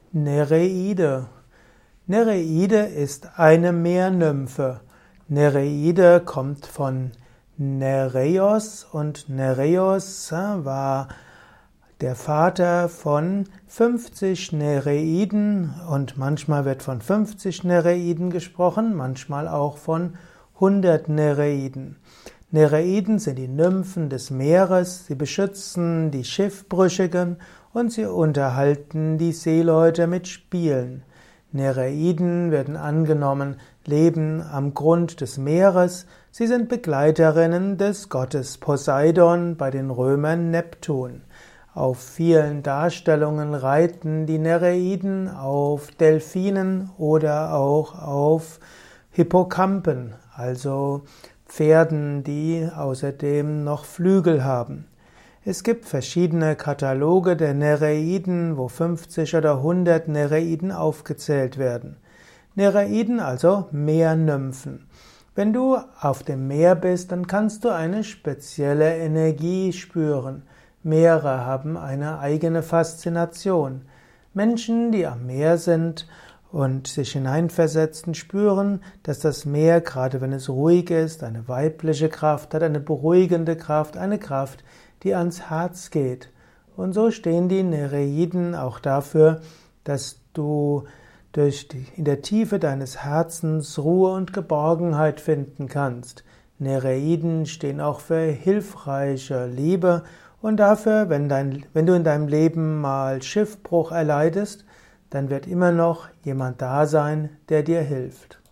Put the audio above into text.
Nereide. Nereide ist eine Meernymphe. Nereide kommt von Nereios und Nereios war der Vater von 50 Nereiden und manchmal wird von 50 Nereiden gesprochen, manchmal auch von 100 Nereiden. Nereiden sind die Nymphen des Meeres, sie beschützen die Schiffbrüchigen und sie unterhalten die Seeleute mit Spielen. Nereiden werden angenommen, leben am Grund des Meeres, sie sind Begleiterinnen des Gottes Poseidon, bei den Römern Neptun. Auf vielen Darstellungen reiten die Nereiden auf Delphinen oder auch auf Hippocampen, also Pferden, die außerdem noch Flügel haben. Es gibt verschiedene Kataloge der Nereiden, wo 50 oder 100 Nereiden aufgezählt werden. Nereiden, also Meernymphen. Wenn du auf dem Meer bist, dann kannst du eine spezielle Energie spüren. Meere haben eine eigene Faszination. Menschen, die am Meer sind und sich hineinversetzen, spüren, dass das Meer, gerade wenn es ruhig ist, eine weibliche Kraft hat, eine beruhigende Kraft, eine Kraft, die ans Herz geht. Und so stehen die Nereiden auch dafür, dass du in der Tiefe deines Herzens Ruhe und Geborgenheit finden kannst. Nereiden stehen auch für hilfreiche Liebe und dafür, wenn du in deinem Leben mal Schiffbruch erleidest, dann wird immer noch jemand da sein, der dir hilft.